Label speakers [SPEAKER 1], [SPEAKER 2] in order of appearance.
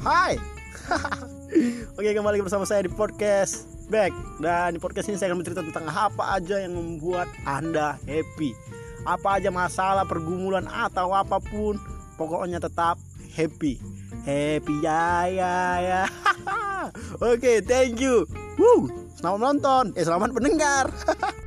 [SPEAKER 1] Hai. Oke, kembali bersama saya di podcast Back. Dan di podcast ini saya akan bercerita tentang apa aja yang membuat Anda happy. Apa aja masalah, pergumulan atau apapun, pokoknya tetap happy. Happy ya. Oke, thank you. Selamat menonton. Selamat mendengar.